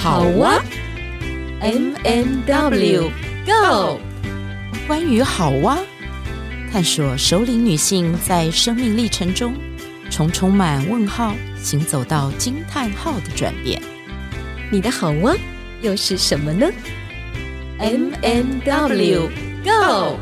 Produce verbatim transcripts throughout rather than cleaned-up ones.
好哇 M M W Go。 关于好哇，探索熟龄女性在生命历程中从充满问号行走到惊叹号的转变。 你的好哇又是什么呢？ M M W Go。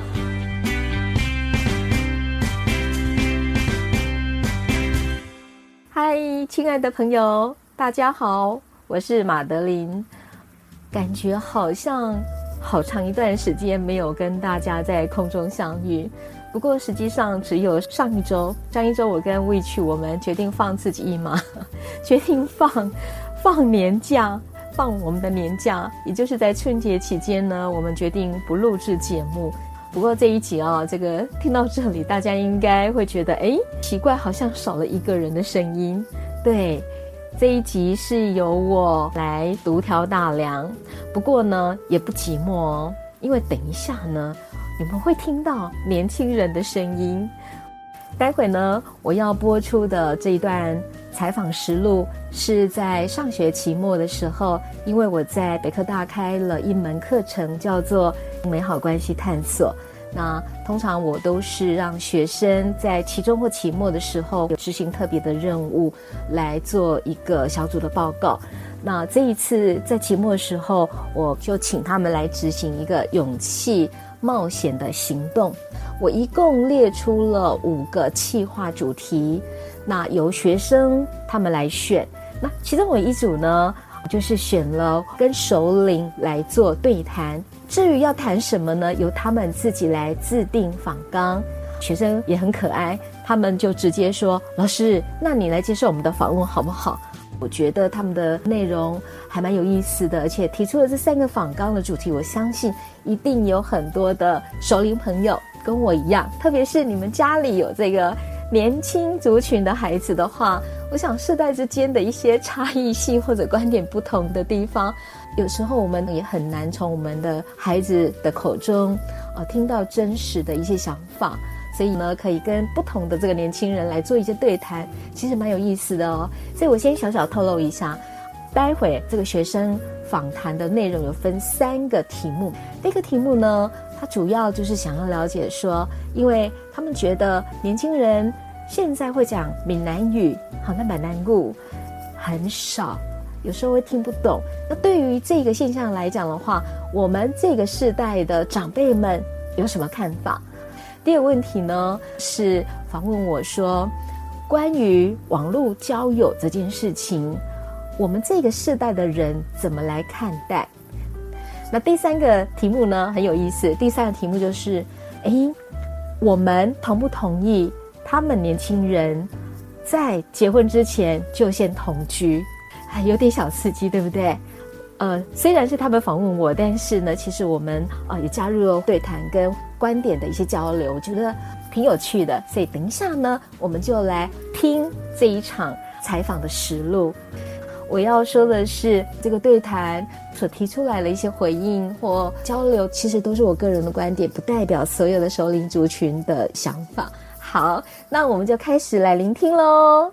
嗨，亲爱的朋友，大家好，我是马德琳。感觉好像好长一段时间没有跟大家在空中相遇，不过实际上只有上一周，上一周我跟魏去我们决定放自己一马，决定放放年假，放我们的年假，也就是在春节期间呢，我们决定不录制节目。不过这一集啊，这个听到这里，大家应该会觉得，哎，奇怪，好像少了一个人的声音。对，这一集是由我来独挑大梁，不过呢，也不寂寞哦，因为等一下呢，你们会听到年轻人的声音。待会呢，我要播出的这一段采访实录是在上学期末的时候，因为我在北科大开了一门课程，叫做美好关系探索。那通常我都是让学生在期中或期末的时候有执行特别的任务来做一个小组的报告。那这一次在期末的时候，我就请他们来执行一个勇气冒险的行动。我一共列出了五个企划主题，那由学生他们来选。那其中我一组呢，就是选了跟熟龄来做对谈，至于要谈什么呢，由他们自己来制定访纲。学生也很可爱，他们就直接说，老师，那你来接受我们的访问好不好？我觉得他们的内容还蛮有意思的，而且提出了这三个访纲的主题，我相信一定有很多的熟龄朋友跟我一样，特别是你们家里有这个年轻族群的孩子的话，我想世代之间的一些差异性或者观点不同的地方，有时候我们也很难从我们的孩子的口中、呃、听到真实的一些想法。所以呢，可以跟不同的这个年轻人来做一些对谈，其实蛮有意思的哦。所以我先小小透露一下，待会这个学生访谈的内容有分三个题目。第一个题目呢，它主要就是想要了解说，因为他们觉得年轻人现在会讲闽南语，好，那闽南语很少，有时候会听不懂。那对于这个现象来讲的话，我们这个世代的长辈们有什么看法？第二个问题呢，是访问我说，关于网络交友这件事情，我们这个世代的人怎么来看待？那第三个题目呢，很有意思。第三个题目就是，诶，我们同不同意他们年轻人在结婚之前就先同居？有点小刺激，对不对？呃，虽然是他们访问我，但是呢，其实我们呃也加入了对谈跟观点的一些交流，我觉得挺有趣的。所以等一下呢，我们就来听这一场采访的实录。我要说的是，这个对谈所提出来的一些回应或交流，其实都是我个人的观点，不代表所有的熟龄族群的想法。好，那我们就开始来聆听咯。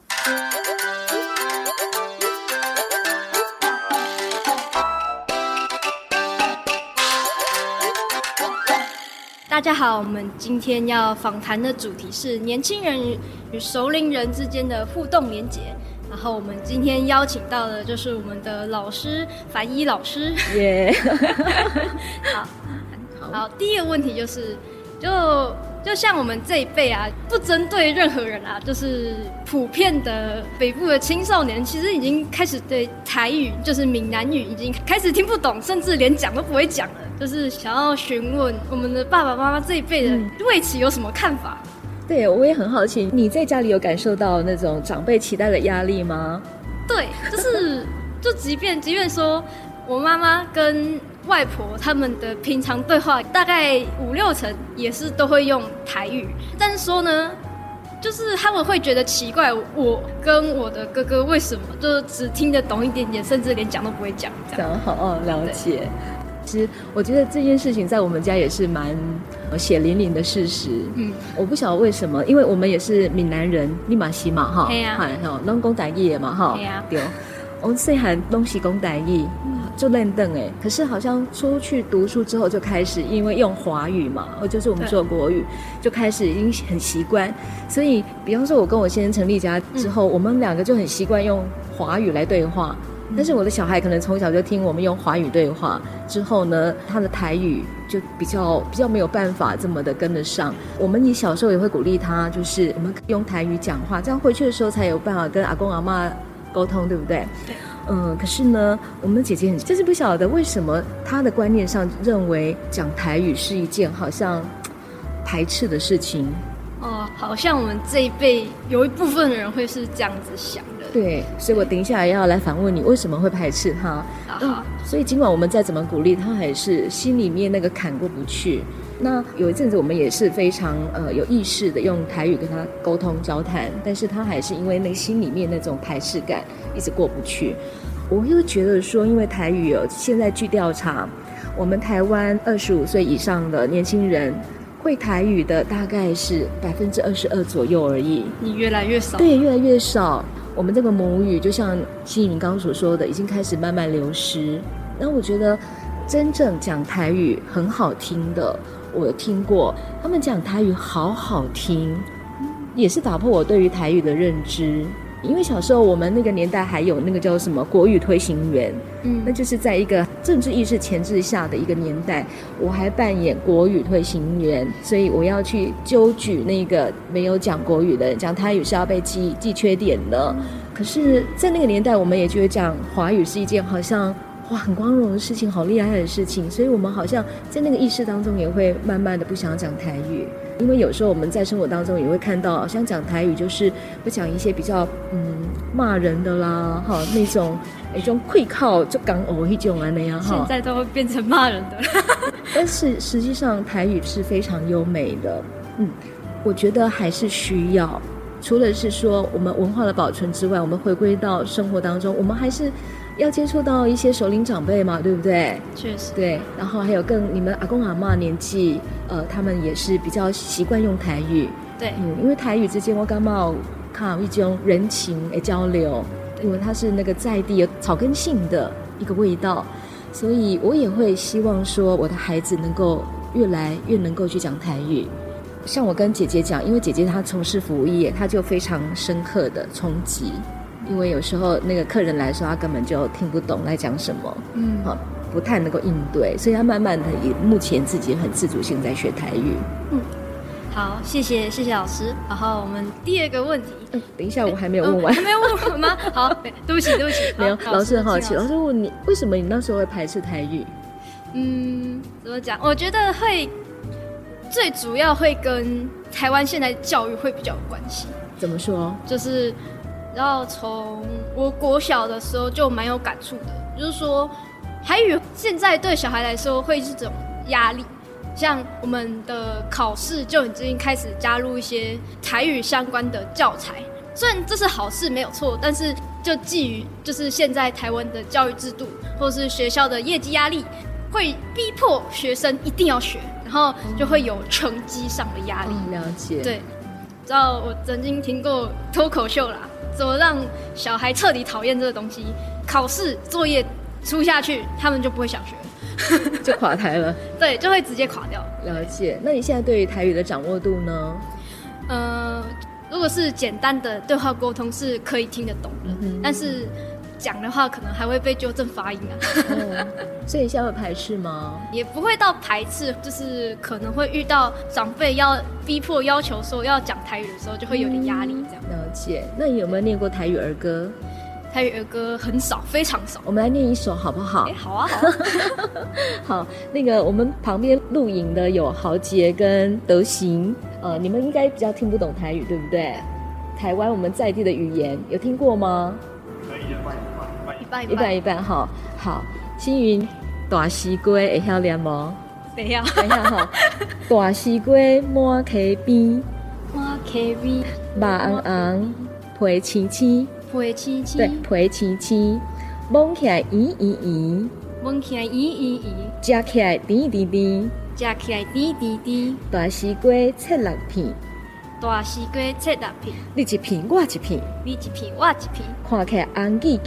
大家好，我们今天要访谈的主题是年轻人与熟龄人之间的互动连结。然后我们今天邀请到的就是我们的老师樊一老师。耶、yeah. 好，好，第一个问题就是，就就像我们这一辈啊，不针对任何人啊，就是普遍的北部的青少年，其实已经开始对台语，就是闽南语，已经开始听不懂，甚至连讲都不会讲了。就是想要询问我们的爸爸妈妈这一辈人对此有什么看法？嗯， 对，我也很好奇，你在家里有感受到那种长辈期待的压力吗？ 对，就是就即便即便说我妈妈跟外婆他们的平常对话，大概五六成也是都会用台语，但是说呢，就是他们会觉得奇怪，我跟我的哥哥为什么就只听得懂一点点，甚至连讲都不会讲。 这样好，哦，了解。其实我觉得这件事情在我们家也是蛮血淋淋的事实。嗯，我不晓得为什么，因为我们也是闽南人，你嘛是嘛哈， 对呀， 哈，拢讲台语的嘛哈， 对呀， 对，我们细汉拢是讲台语， 就认凳哎，可是好像出去读书之后就开始，因为用华语嘛，或就是我们说国语，就开始已经很习惯。所以，比方说，我跟我先生成立家之后，嗯、我们两个就很习惯用华语来对话。但是我的小孩可能从小就听我们用华语对话，之后呢，他的台语就比较比较没有办法这么的跟得上。我们你小时候也会鼓励他，就是我们用台语讲话，这样回去的时候才有办法跟阿公阿嬷沟通，对不对？ 对。 嗯，可是呢，我们的姐姐很就是不晓得为什么她的观念上认为讲台语是一件好像排斥的事情。 哦，好像我们这一辈有一部分的人会是这样子想的。 对，所以我等一下要来反问你为什么会排斥他。 啊、 嗯，所以尽管我们再怎么鼓励他，还是心里面那个坎过不去。那有一阵子我们也是非常呃有意识的用台语跟他沟通交谈，但是他还是因为那个心里面那种排斥感一直过不去。我又觉得说，因为台语有现在据调查，我们台湾二十五岁以上的年轻人会台语的大概是百分之二十二左右而已。 你越来越少。对， 越来越少。我们这个母语就像欣颖刚刚所说的，已经开始慢慢流失。那我觉得真正讲台语很好听的，我有听过，他们讲台语好好听，也是打破我对于台语的认知。因为小时候我们那个年代还有那个叫什么国语推行员，嗯，那就是在一个政治意识钳制下的一个年代，我还扮演国语推行员，所以我要去纠举那个没有讲国语的人，讲台语是要被记记缺点的。可是在那个年代，我们也觉得讲华语是一件好像哇很光荣的事情，好厉害的事情，所以我们好像在那个意识当中也会慢慢的不想讲台语。因为有时候我们在生活当中也会看到，好像讲台语就是会讲一些比较嗯骂人的啦，哈那种一种愧靠就刚哦一种啊那样哈， 现在都会变成骂人的。 但是实际上台语是非常优美的，嗯，我觉得还是需要。除了是说我们文化的保存之外，我们回归到生活当中，我们还是要接触到一些熟龄长辈嘛，对不对？ 确实。 对，然后还有更你们阿公阿嬷年纪，呃，他们也是比较习惯用台语。 对， 嗯，因为台语之间我感觉看有一种人情的交流，因为它是那个在地有草根性的一个味道，所以我也会希望说我的孩子能够越来越能够去讲台语。像我跟姐姐讲，因为姐姐她从事服务业，她就非常深刻的冲击，因为有时候那个客人来说，她根本就听不懂来讲什么，嗯，好，不太能够应对，所以她慢慢的也目前自己很自主性在学台语。 嗯，好，谢谢谢谢老师。然后我们第二个问题， 嗯，等一下我还没有问完， 还没有问完吗？好，对不起对不起， 没有，老师很好奇，老师问你为什么你那时候会排斥台语？ 嗯，怎么讲？我觉得会。最主要会跟台湾现在教育会比较有关系。 怎么说？ 就是然后从我国小的时候就蛮有感触的，就是说台语现在对小孩来说会是这种压力，像我们的考试就已经开始加入一些台语相关的教材，虽然这是好事没有错，但是就基于就是现在台湾的教育制度或是学校的业绩压力，会逼迫学生一定要学，然后就会有成绩上的压力。 哦，了解。 对，知道我曾经听过脱口秀啦，怎么让小孩彻底讨厌这个东西？考试作业出下去，他们就不会想学了， 就垮台了。 对，就会直接垮掉。 了解。那你现在对于台语的掌握度呢？ 呃，如果是简单的对话沟通是可以听得懂的，嗯、但是讲的话可能还会被纠正发音啊。 哦，所以现在会排斥吗？ 也不会到排斥，就是可能会遇到长辈要逼迫要求说要讲台语的时候，就会有点压力这样。 嗯、了解。那你有没有念过台语儿歌？ 台语儿歌很少，非常少。 我们来念一首好不好？ 欸、好啊，好啊。 好，那个我们旁边录影的有豪杰跟德行，呃，你们应该比较听不懂台语，对不对？台湾我们在地的语言有听过吗？ 可以，一半一半， 一半一半哈。好，星云，大西瓜会晓念吗？ 等一下， 等一下哈。大西瓜满溪边， 满溪边， 肉红红，皮青青。 皮青青， 对，皮青青，摸起来圆圆圆， 摸起来圆圆圆， 吃起来甜甜甜， 吃起来甜甜甜。 大西瓜切六片， 大西瓜切六片， 你一片我一片， 你一片我一片， 看起来红叽叽，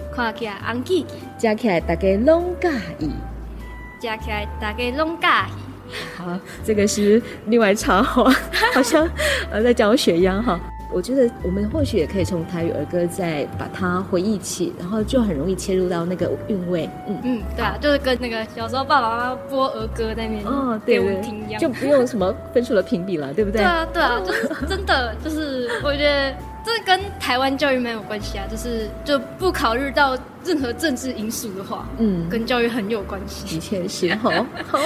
看起来红气气， 加起来大家拢介意。 加起来大家拢介意。 好，这个是另外插话，好像呃在讲血压哈。我觉得我们或许也可以从台语儿歌再把它回忆起，然后就很容易切入到那个韵味。嗯嗯，对啊，就是跟那个小时候爸爸妈妈播儿歌在那边哦，对给我们听一样， 就不用什么分数的评比了，对不对？ 对啊，对啊，就是真的，就是我觉得这跟台湾教育蛮有关系啊，就是就不考虑到任何政治因素的话，嗯，跟教育很有关系。 的确是，好好。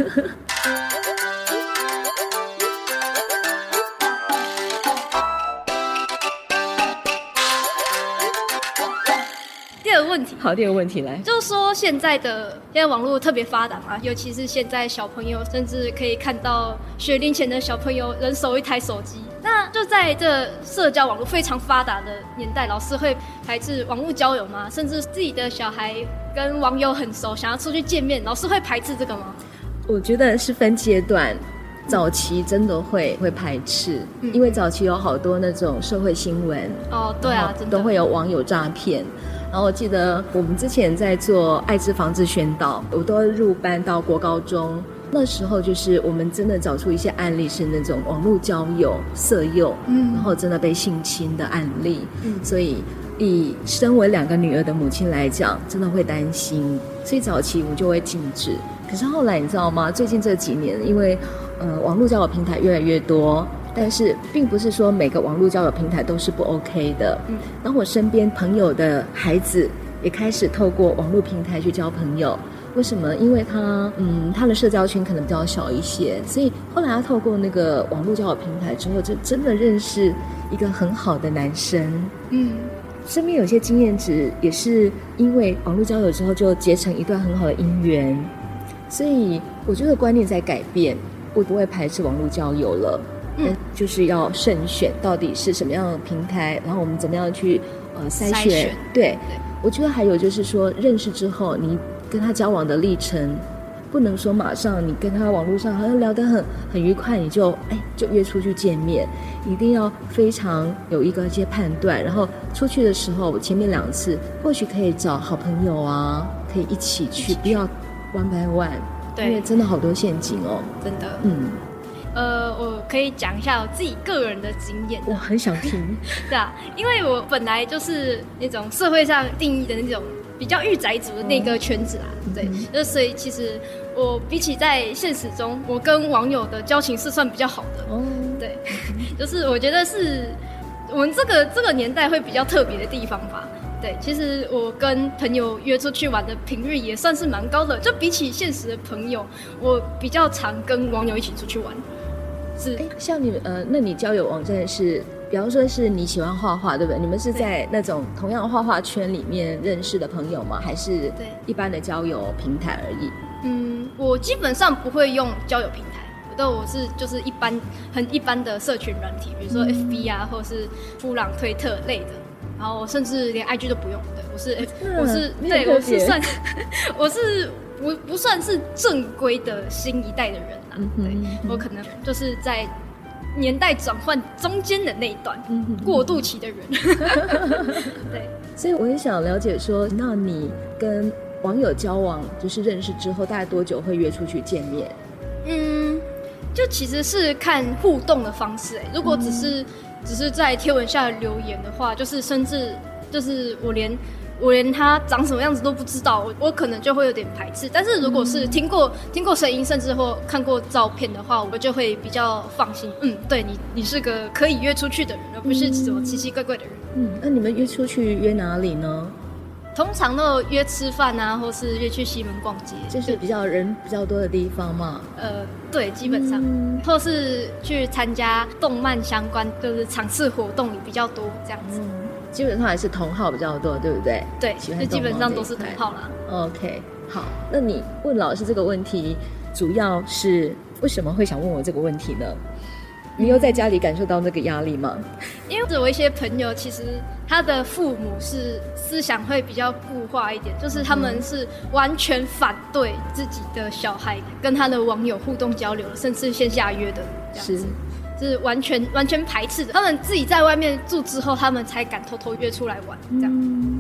第二个问题， 好，第二个问题来， 就是说现在的现在网络特别发达嘛，尤其是现在小朋友，甚至可以看到学龄前的小朋友人手一台手机。那就在这社交网络非常发达的年代，老师会排斥网络交友吗？甚至自己的小孩跟网友很熟，想要出去见面，老师会排斥这个吗？ 我觉得是分阶段。早期真的会会排斥、嗯，因为早期有好多那种社会新闻哦，对啊，真的都会有网友诈骗。然后我记得我们之前在做艾滋防治宣导，我都入班到国高中，那时候就是我们真的找出一些案例是那种网络交友、色诱，嗯，然后真的被性侵的案例，嗯，所以以身为两个女儿的母亲来讲，真的会担心，所以早期我们就会禁止。可是后来你知道吗？最近这几年，因为呃网络交友平台越来越多，但是并不是说每个网络交友平台都是不 OK 的。嗯，然后我身边朋友的孩子也开始透过网络平台去交朋友。为什么？因为他嗯他的社交圈可能比较小一些，所以后来他透过那个网络交友平台之后，就真的认识一个很好的男生。嗯。身边有些经验值也是因为网络交友之后就结成一段很好的姻缘，所以我觉得观念在改变，我不会排斥网络交友了，嗯，就是要慎选到底是什么样的平台，然后我们怎么样去呃筛选，筛选对, 对，我觉得还有就是说认识之后你跟他交往的历程，不能说马上你跟他网络上好像聊得很很愉快，你就哎就约出去见面，一定要非常有一个一些判断，然后出去的时候前面两次或许可以找好朋友啊，可以一起去，不要 one by one， 对，因为真的好多陷阱哦， 真的，嗯。呃，我可以讲一下我自己个人的经验， 我很想听。 对啊，因为我本来就是那种社会上定义的那种比较御宅族的那个圈子啦，嗯、对，就所以其实我比起在现实中，我跟网友的交情是算比较好的。哦，对，就是我觉得是我们这个这个年代会比较特别的地方吧。对，其实我跟朋友约出去玩的频率也算是蛮高的，就比起现实的朋友，我比较常跟网友一起出去玩。是， 哎，像你呃，那你交友网站是，比方说是你喜欢画画，对不对？你们是在那种同样画画圈里面认识的朋友吗？还是一般的交友平台而已？ 嗯，我基本上不会用交友平台，但我是就是一般很一般的社群软体，比如说 F B 啊，嗯、或者是夫朗推特类的。然后我甚至连 I G 都不用，对，我是、嗯、我是对我是算我是不不算是正规的新一代的人啊，嗯、对、嗯、我可能就是在年代转换中间的那一段、嗯、过渡期的人。对， 所以我也想了解说，那你跟网友交往就是认识之后，大概多久会约出去见面？ 嗯，就其实是看互动的方式、欸，如果只是。嗯只是在贴文下留言的话，就是甚至就是我连我连他长什么样子都不知道，我我可能就会有点排斥。但是如果是听过、嗯、听过声音，甚至或看过照片的话，我就会比较放心。嗯，对你你是个可以约出去的人，而不是什么奇奇怪怪的人。 嗯，那你们约出去约哪里呢？ 通常都约吃饭啊，或是约去西门逛街， 就是比较人比较多的地方嘛。 呃，对，基本上，嗯、或是去参加动漫相关，就是场次活动也比较多这样子。嗯， 基本上还是同好比较多，对不对？ 对，就基本上都是同好啦。 OK， 好，那你问老师这个问题，主要是为什么会想问我这个问题呢？你有在家里感受到那个压力吗？ 因为我一些朋友，其实他的父母是思想会比较固化一点，就是他们是完全反对自己的小孩跟他的网友互动交流，甚至线下约的这样子，是, 是完全完全排斥的。他们自己在外面住之后，他们才敢偷偷约出来玩这样。嗯，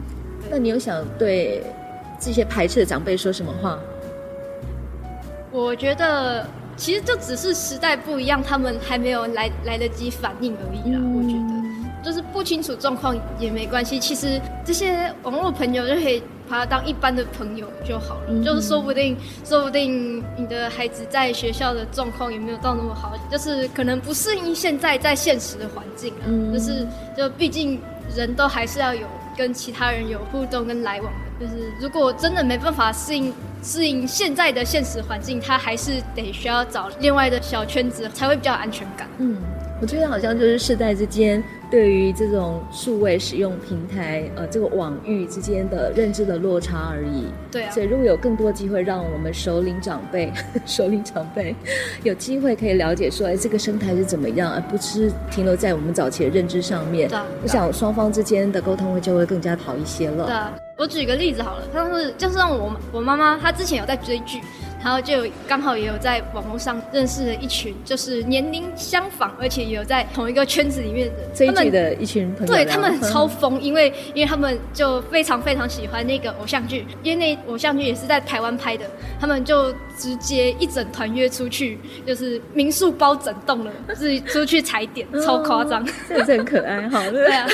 那你有想对这些排斥的长辈说什么话？ 我觉得其实就只是时代不一样，他们还没有来来得及反应而已啦。嗯、我觉得就是不清楚状况也没关系，其实这些网络朋友就可以把他当一般的朋友就好了。嗯、就是说不定，说不定你的孩子在学校的状况也没有到那么好，就是可能不适应现在在现实的环境啊。嗯、就是就毕竟人都还是要有跟其他人有互动跟来往的。就是如果真的没办法适应适应现在的现实环境，他还是得需要找另外的小圈子才会比较有安全感。 嗯，我觉得好像就是世代之间对于这种数位使用平台呃这个网域之间的认知的落差而已。 对啊， 所以如果有更多机会让我们熟龄长辈熟龄长辈有机会可以了解说，哎，这个生态是怎么样，而不是停留在我们早期的认知上面。 对啊， 我想双方之间的沟通会就会更加好一些了。 对啊，我举个例子好了，像是就是让我我妈妈，她之前有在追剧，然后就刚好也有在网络上认识了一群就是年龄相仿，而且也有在同一个圈子里面的追剧的一群朋友。 对，他们超疯，因为因为他们就非常非常喜欢那个偶像剧，因为那偶像剧也是在台湾拍的，他们就直接一整团约出去，就是民宿包整栋了，自己出去踩点，超夸张。 哦，这是很可爱哈。对啊。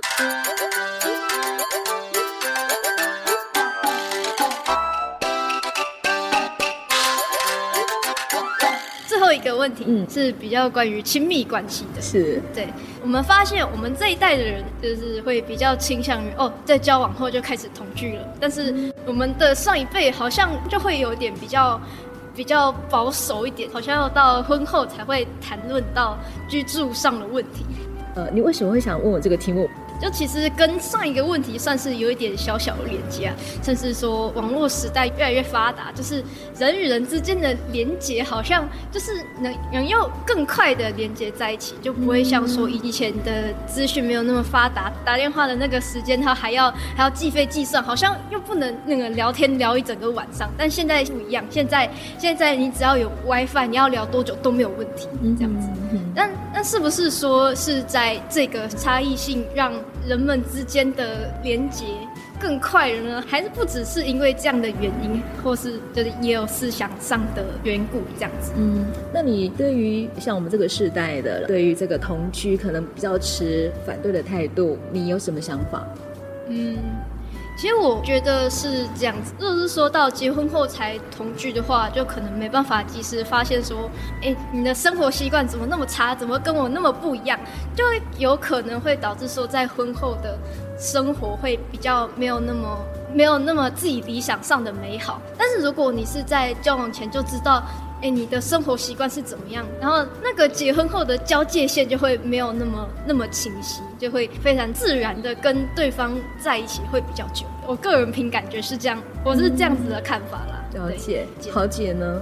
最后一个问题，嗯，是比较关于亲密关系的。 是， 对，我们发现我们这一代的人就是会比较倾向于哦，在交往后就开始同居了，但是我们的上一辈好像就会有点比较比较保守一点，好像要到婚后才会谈论到居住上的问题。 呃，你为什么会想问我这个题目？ 就其实跟上一个问题算是有一点小小的连接啊，甚至说网络时代越来越发达，就是人与人之间的连接好像就是能能用更快的连接在一起，就不会像说以前的资讯没有那么发达，打电话的那个时间他还要还要计费计算，好像又不能那个聊天聊一整个晚上。但现在不一样，现在现在你只要有 WiFi， 你要聊多久都没有问题，这样子。但那是不是说是在这个差异性让人们之间的连结更快了呢？还是不只是因为这样的原因，或是就是也有思想上的缘故这样子？嗯， 那你对于像我们这个世代的，对于这个同居可能比较持反对的态度，你有什么想法？ 嗯。其实我觉得是这样子，如果是说到结婚后才同居的话，就可能没办法及时发现说，哎，你的生活习惯怎么那么差，怎么跟我那么不一样，就会有可能会导致说在婚后的生活会比较没有那么没有那么自己理想上的美好。但是如果你是在交往前就知道，哎，你的生活习惯是怎么样，然后那个结婚后的交界线就会没有那么那么清晰，就会非常自然的跟对方在一起会比较久。我个人凭感觉是这样，我是这样子的看法啦。 了解，豪姐呢？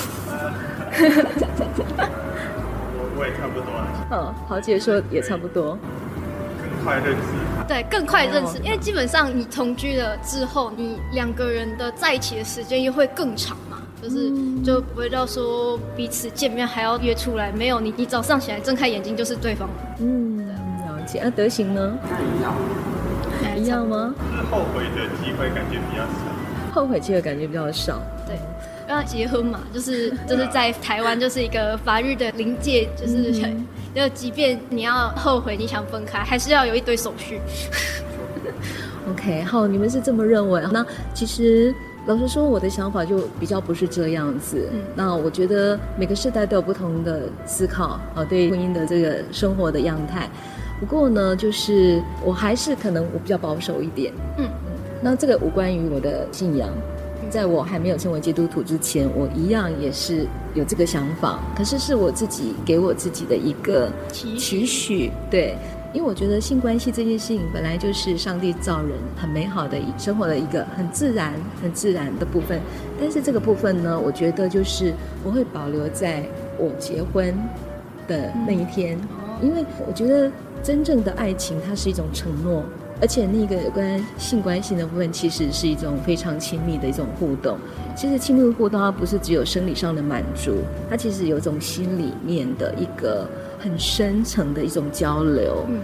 我我也差不多啦。 嗯，豪姐说也差不多。 更快认识。 对，更快认识，因为基本上你同居了之后，你两个人的在一起的时间又会更长嘛。就是就不会到说彼此见面还要约出来，没有你，你早上起来睁开眼睛就是对方。嗯， 了解。那、啊、德行呢？ 一样， 一样吗？ 就是后悔的机会感觉比较少。 后悔机会感觉比较少。 对，要结婚嘛，就是就是在台湾就是一个法律的临界，就是、嗯、就即便你要后悔，你想分开，还是要有一堆手续。 OK， 好，你们是这么认为？那其实。老实说，我的想法就比较不是这样子。嗯、那我觉得每个世代都有不同的思考啊，对婚姻的这个生活的样态。不过呢，就是我还是可能我比较保守一点。嗯嗯。那这个无关于我的信仰，在我还没有成为基督徒之前，我一样也是有这个想法。可是是我自己给我自己的一个期许，对。因为我觉得性关系这件事情本来就是上帝造人很美好的生活的一个很自然很自然的部分，但是这个部分呢，我觉得就是我会保留在我结婚的那一天、嗯、因为我觉得真正的爱情它是一种承诺，而且那个有关性关系的部分其实是一种非常亲密的一种互动。其实亲密互动它不是只有生理上的满足，它其实有一种心里面的一个很深层的一种交流。嗯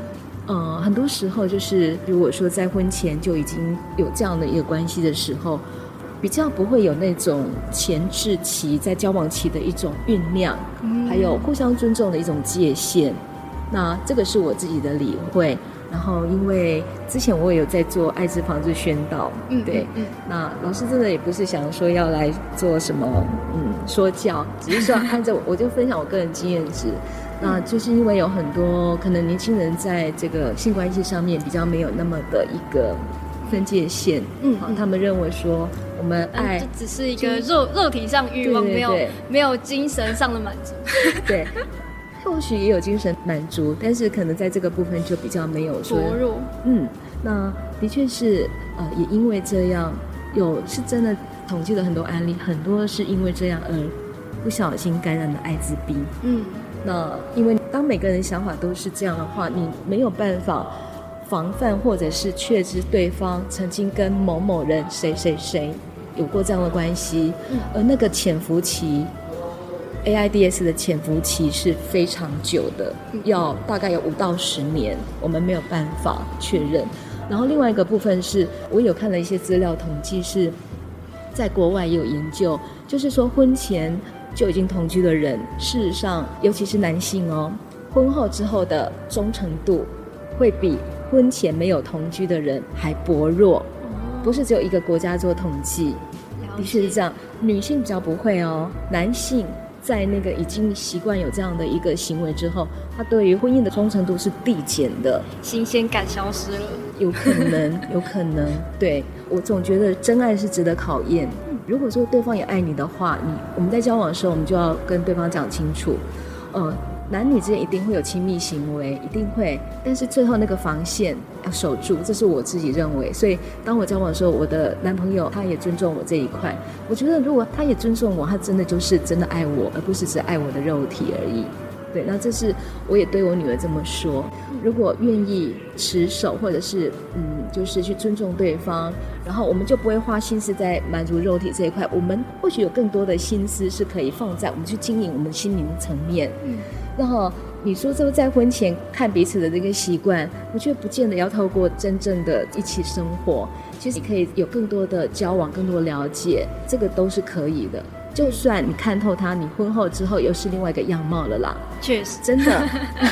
呃，很多时候就是如果说在婚前就已经有这样的一个关系的时候，比较不会有那种前置期在交往期的一种酝酿，嗯，还有互相尊重的一种界限。那这个是我自己的理会。然后因为之前我也有在做艾滋防治宣导，嗯，对，嗯，那老师真的也不是想说要来做什么嗯说教，只是说按照我就分享我个人经验值。那就是因为有很多可能年轻人在这个性关系上面比较没有那么的一个分界线，嗯，好，他们认为说我们爱、 嗯、就只是一个肉肉体上欲望，对对对，没有没有精神上的满足，对。 或许也有精神满足，但是可能在这个部分就比较没有说薄弱。 嗯，那的确是，呃，也因为这样，有是真的统计了很多案例，很多是因为这样而不小心感染了艾滋病。嗯，那因为当每个人想法都是这样的话，你没有办法防范或者是确知对方曾经跟某某人谁谁谁有过这样的关系，嗯，而那个潜伏期。A I D S 的潜伏期是非常久的，要大概有五到十年，我们没有办法确认。然后另外一个部分是，我有看了一些资料统计，是在国外也有研究，就是说婚前就已经同居的人，事实上，尤其是男性哦，婚后之后的忠诚度会比婚前没有同居的人还薄弱，不是只有一个国家做统计，的确是这样。女性比较不会哦，男性。在那个已经习惯有这样的一个行为之后，他对于婚姻的忠诚度是递减的， 新鲜感消失了， 有可能，有可能。对，我总觉得真爱是值得考验。如果说对方也爱你的话，你我们在交往的时候，我们就要跟对方讲清楚，呃，男女之间一定会有亲密行为，一定会，但是最后那个防线要守住，这是我自己认为。所以当我交往的时候，我的男朋友他也尊重我这一块。我觉得如果他也尊重我，他真的就是真的爱我，而不是只爱我的肉体而已。对，那这是我也对我女儿这么说。如果愿意持守，或者是嗯，就是去尊重对方，然后我们就不会花心思在满足肉体这一块。我们或许有更多的心思是可以放在我们去经营我们心灵层面。嗯，然后你说这个在婚前看彼此的这个习惯，我觉得不见得要透过真正的一起生活，其实你可以有更多的交往，更多的了解，这个都是可以的。就算你看透他，你婚后之后又是另外一个样貌了啦。 确实， 真的。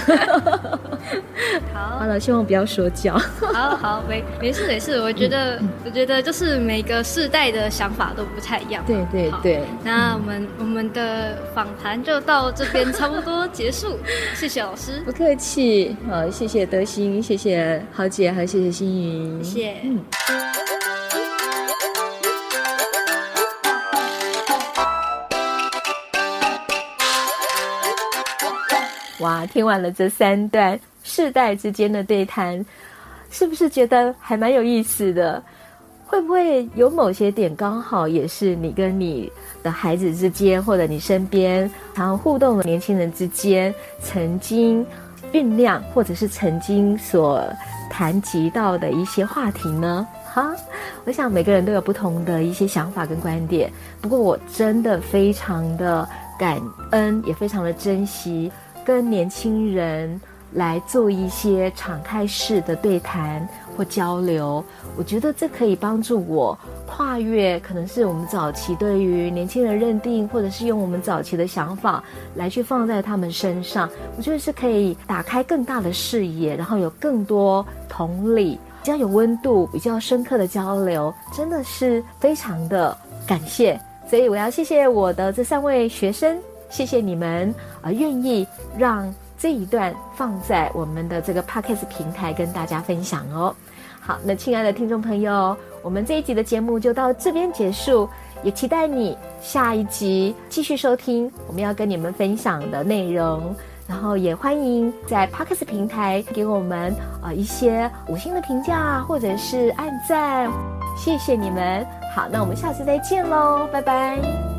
好， 好了，希望不要说教。 好好，没没事没事。我觉得，嗯、我觉得就是每个世代的想法都不太一样。 对对对。 那我们、嗯、我们的访谈就到这边差不多结束，谢谢老师。 不客气，好，谢谢德心，谢谢豪姐，还有谢谢星云， 谢谢。 嗯。哇，听完了这三段世代之间的对谈，是不是觉得还蛮有意思的？会不会有某些点刚好也是你跟你的孩子之间，或者你身边常互动的年轻人之间曾经酝酿，或者是曾经所谈及到的一些话题呢？哈，我想每个人都有不同的一些想法跟观点，不过我真的非常的感恩，也非常的珍惜跟年轻人来做一些敞开式的对谈或交流。我觉得这可以帮助我跨越可能是我们早期对于年轻人认定，或者是用我们早期的想法来去放在他们身上，我觉得是可以打开更大的视野，然后有更多同理，比较有温度，比较深刻的交流，真的是非常的感谢。所以我要谢谢我的这三位学生，谢谢你们呃，愿意让这一段放在我们的这个 Podcast 平台跟大家分享哦。好，那亲爱的听众朋友，我们这一集的节目就到这边结束，也期待你下一集继续收听我们要跟你们分享的内容，然后也欢迎在 Podcast 平台给我们呃一些五星的评价或者是按赞，谢谢你们。好，那我们下次再见咯，拜拜。